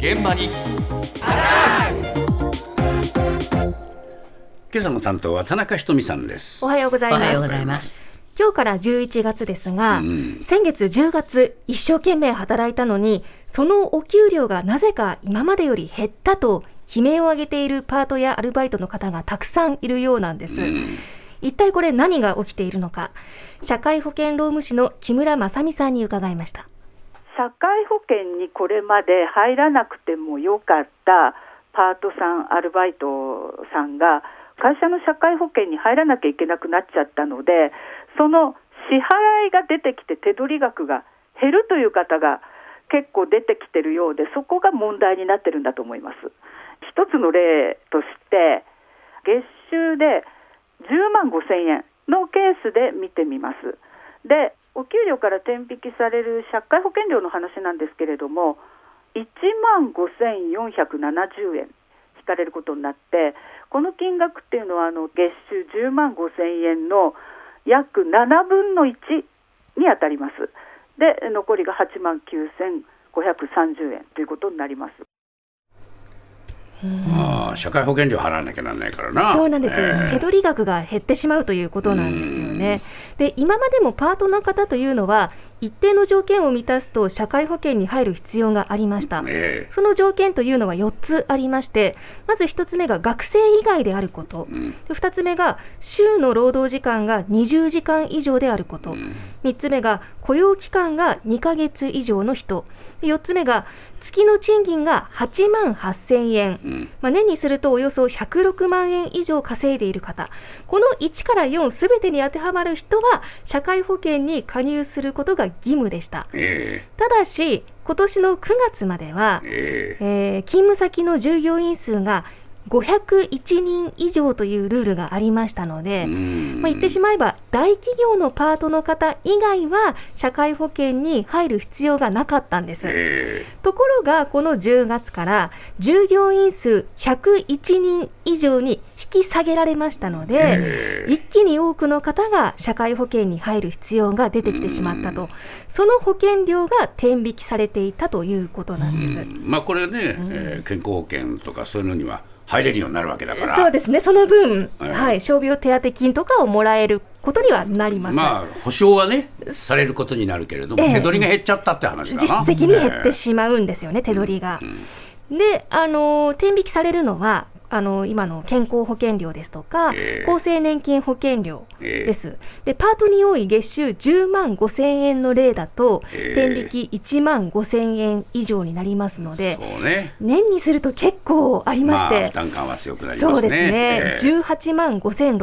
現場に今朝の担当は田中ひとみさんです。 おはようございます。 おはようございます。 今日から11月ですが、先月10月一生懸命働いたのにそのお給料がなぜか今までより減ったと悲鳴を上げているパートやアルバイトの方がたくさんいるようなんです。一体これ何が起きているのか、社会保険労務士の木村正美さんに伺いました。 社会保険にこれまで入らなくてもよかったパートさんアルバイトさんが会社の社会保険に入らなきゃいけなくなっちゃったので、その支払いが出てきて手取り額が減るという方が結構出てきているようで、そこが問題になってるんだと思います。一つの例として月収で10万5千円のケースで見てみます。で、お給料から天引きされる社会保険料の話なんですけれども、1万5470円引かれることになって、この金額っていうのは月収10万5千円の約7分の1に当たります。で、残りが8万9530円ということになります。 社会保険料払わなきゃならないからな。 そうなんです、手取り額が減ってしまうということなんですよね。で、今までもパートの方というのは一定の条件を満たすと社会保険に入る必要がありました。その条件というのは4つありまして、まず1つ目が学生以外であること、2つ目が週の労働時間が20時間以上であること、3つ目が雇用期間が2ヶ月以上の人、4つ目が月の賃金が8万8000円、年にするとおよそ106万円以上稼いでいる方、この1から4すべてに当てはまる人は社会保険に加入することが義務でした。ただし今年の9月までは、勤務先の従業員数が501人以上というルールがありましたので、言ってしまえば大企業のパートの方以外は社会保険に入る必要がなかったんです。ところがこの10月から従業員数101人以上に引き下げられましたので、一気に多くの方が社会保険に入る必要が出てきてしまったと、その保険料が天引きされていたということなんです。 これね、健康保険とかそういうのには入れるようになるわけだから。 そうですね、その分、傷病手当金とかをもらえることにはなります。 保証はねされることになるけれども、手取りが減っちゃったって話だな。 実質的に減ってしまうんですよね、手取りが。で、天引きされるのは今の健康保険料ですとか、厚生年金保険料です。で、パートに多い月収10万5千円の例だと、天引き1万5千円以上になりますので、年にすると結構ありまして、 負担感は強くなりますね。 そうですね、18万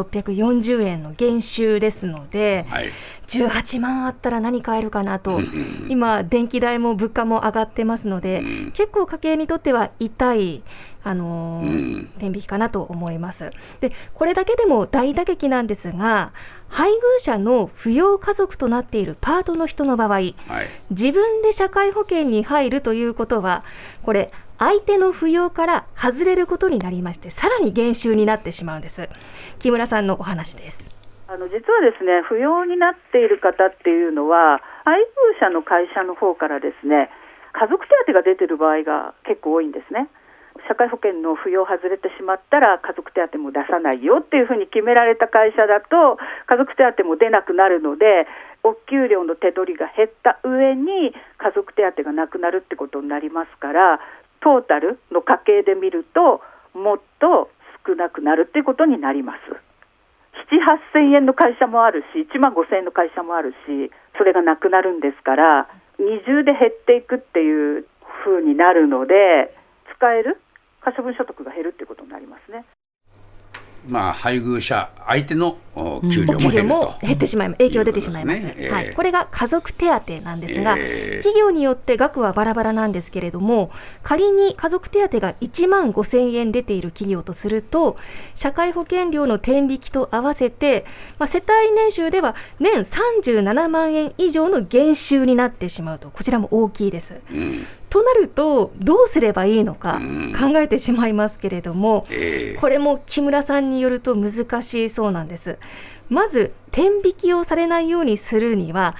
5640円の減収ですので、18万あったら何買えるかなと、今電気代も物価も上がってますので、結構家計にとっては痛い天引きかなと思います。で、これだけでも大打撃なんですが、配偶者の扶養家族となっているパートの人の場合、自分で社会保険に入るということは、これ相手の扶養から外れることになりまして、さらに減収になってしまうんです。木村さんのお話です。 実はですね、扶養になっている方っていうのは配偶者の会社の方からですね、家族手当が出ている場合が結構多いんですね。社会保険の扶養外れてしまったら家族手当も出さないよっていうふうに決められた会社だと、家族手当も出なくなるので、お給料の手取りが減った上に家族手当がなくなるってことになりますから、トータルの家計で見るともっと少なくなるっていうことになります。7、8000円の会社もあるし、1万5000円の会社もあるし、それがなくなるんですから、二重で減っていくっていう風になるので、使える可処分所得が減るっていうことになりますね。 配偶者相手の給料も減ると、 減ってしまいます。影響が出てしまいます。これが家族手当なんですが、企業によって額はバラバラなんですけれども、仮に家族手当が1万5千円出ている企業とすると、社会保険料の天引きと合わせて、世帯年収では年37万円以上の減収になってしまうと、こちらも大きいです。となるとどうすればいいのか考えてしまいますけれども、これも木村さんによると難しいそうなんです。まず天引きをされないようにするには、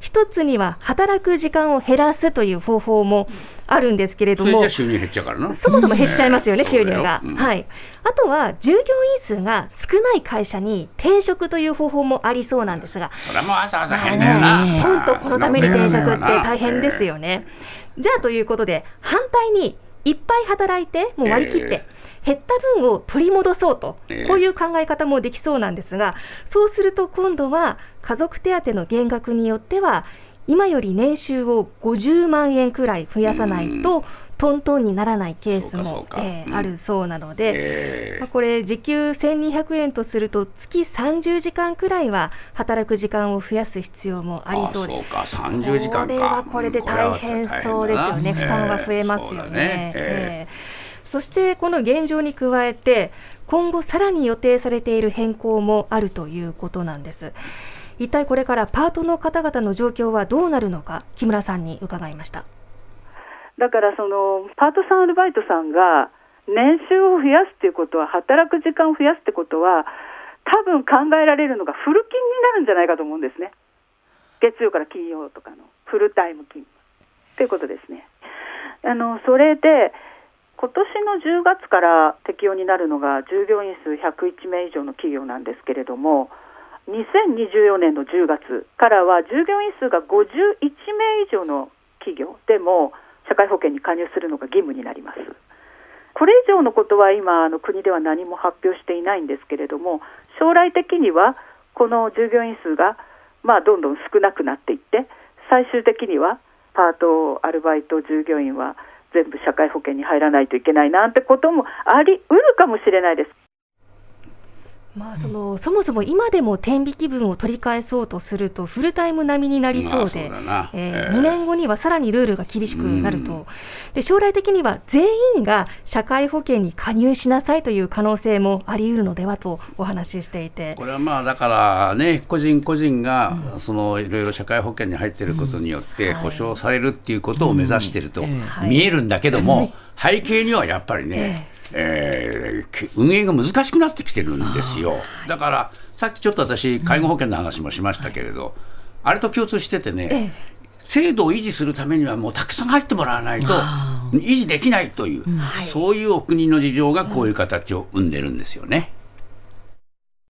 一つには働く時間を減らすという方法もあるんですけれども、 それじゃ収入減っちゃうからな。 そもそも減っちゃいますよね、収入が、 うん、 はい。あとは従業員数が少ない会社に転職という方法もありそうなんですが、 それもわざわざ変だよな、 ポンとこのために転職って大変ですよね。じゃあということで、反対にいっぱい働いてもう割り切って、減った分を取り戻そうと、こういう考え方もできそうなんですが、そうすると今度は家族手当の減額によっては今より年収を50万円くらい増やさないとトントンにならないケースもあるそうなので、これ時給1200円とすると月30時間くらいは働く時間を増やす必要もありそうで、 そうか、30時間か、 これはこれで大変そうですよね。負担は増えますよね。そしてこの現状に加えて今後さらに予定されている変更もあるということなんです。一体これからパートの方々の状況はどうなるのか、木村さんに伺いました。 だからそのパートさんアルバイトさんが年収を増やすということは、働く時間を増やすということは、多分考えられるのがフル勤になるんじゃないかと思うんですね。月曜から金曜とかのフルタイム勤ということですね。それで今年の10月から適用になるのが従業員数101名以上の企業なんですけれども、2024年の10月からは従業員数が51名以上の企業でも社会保険に加入するのが義務になります。これ以上のことは今国では何も発表していないんですけれども、将来的にはこの従業員数がどんどん少なくなっていって、最終的にはパートアルバイト従業員は全部社会保険に入らないといけないなんてこともあり得るかもしれないです。 そもそも今でも天引き分を取り返そうとするとフルタイム並みになりそうで、2年後にはさらにルールが厳しくなると、で将来的には全員が社会保険に加入しなさいという可能性もあり得るのではとお話ししていて、 これはだからね、個人個人がいろいろ社会保険に入っていることによって保障されるっていうことを目指していると見えるんだけども、背景にはやっぱりね、運営が難しくなってきてるんですよ。だからさっきちょっと私介護保険の話もしましたけれど、あれと共通しててね、制度を維持するためにはもうたくさん入ってもらわないと維持できないという、そういうお国の事情がこういう形を生んでるんですよね。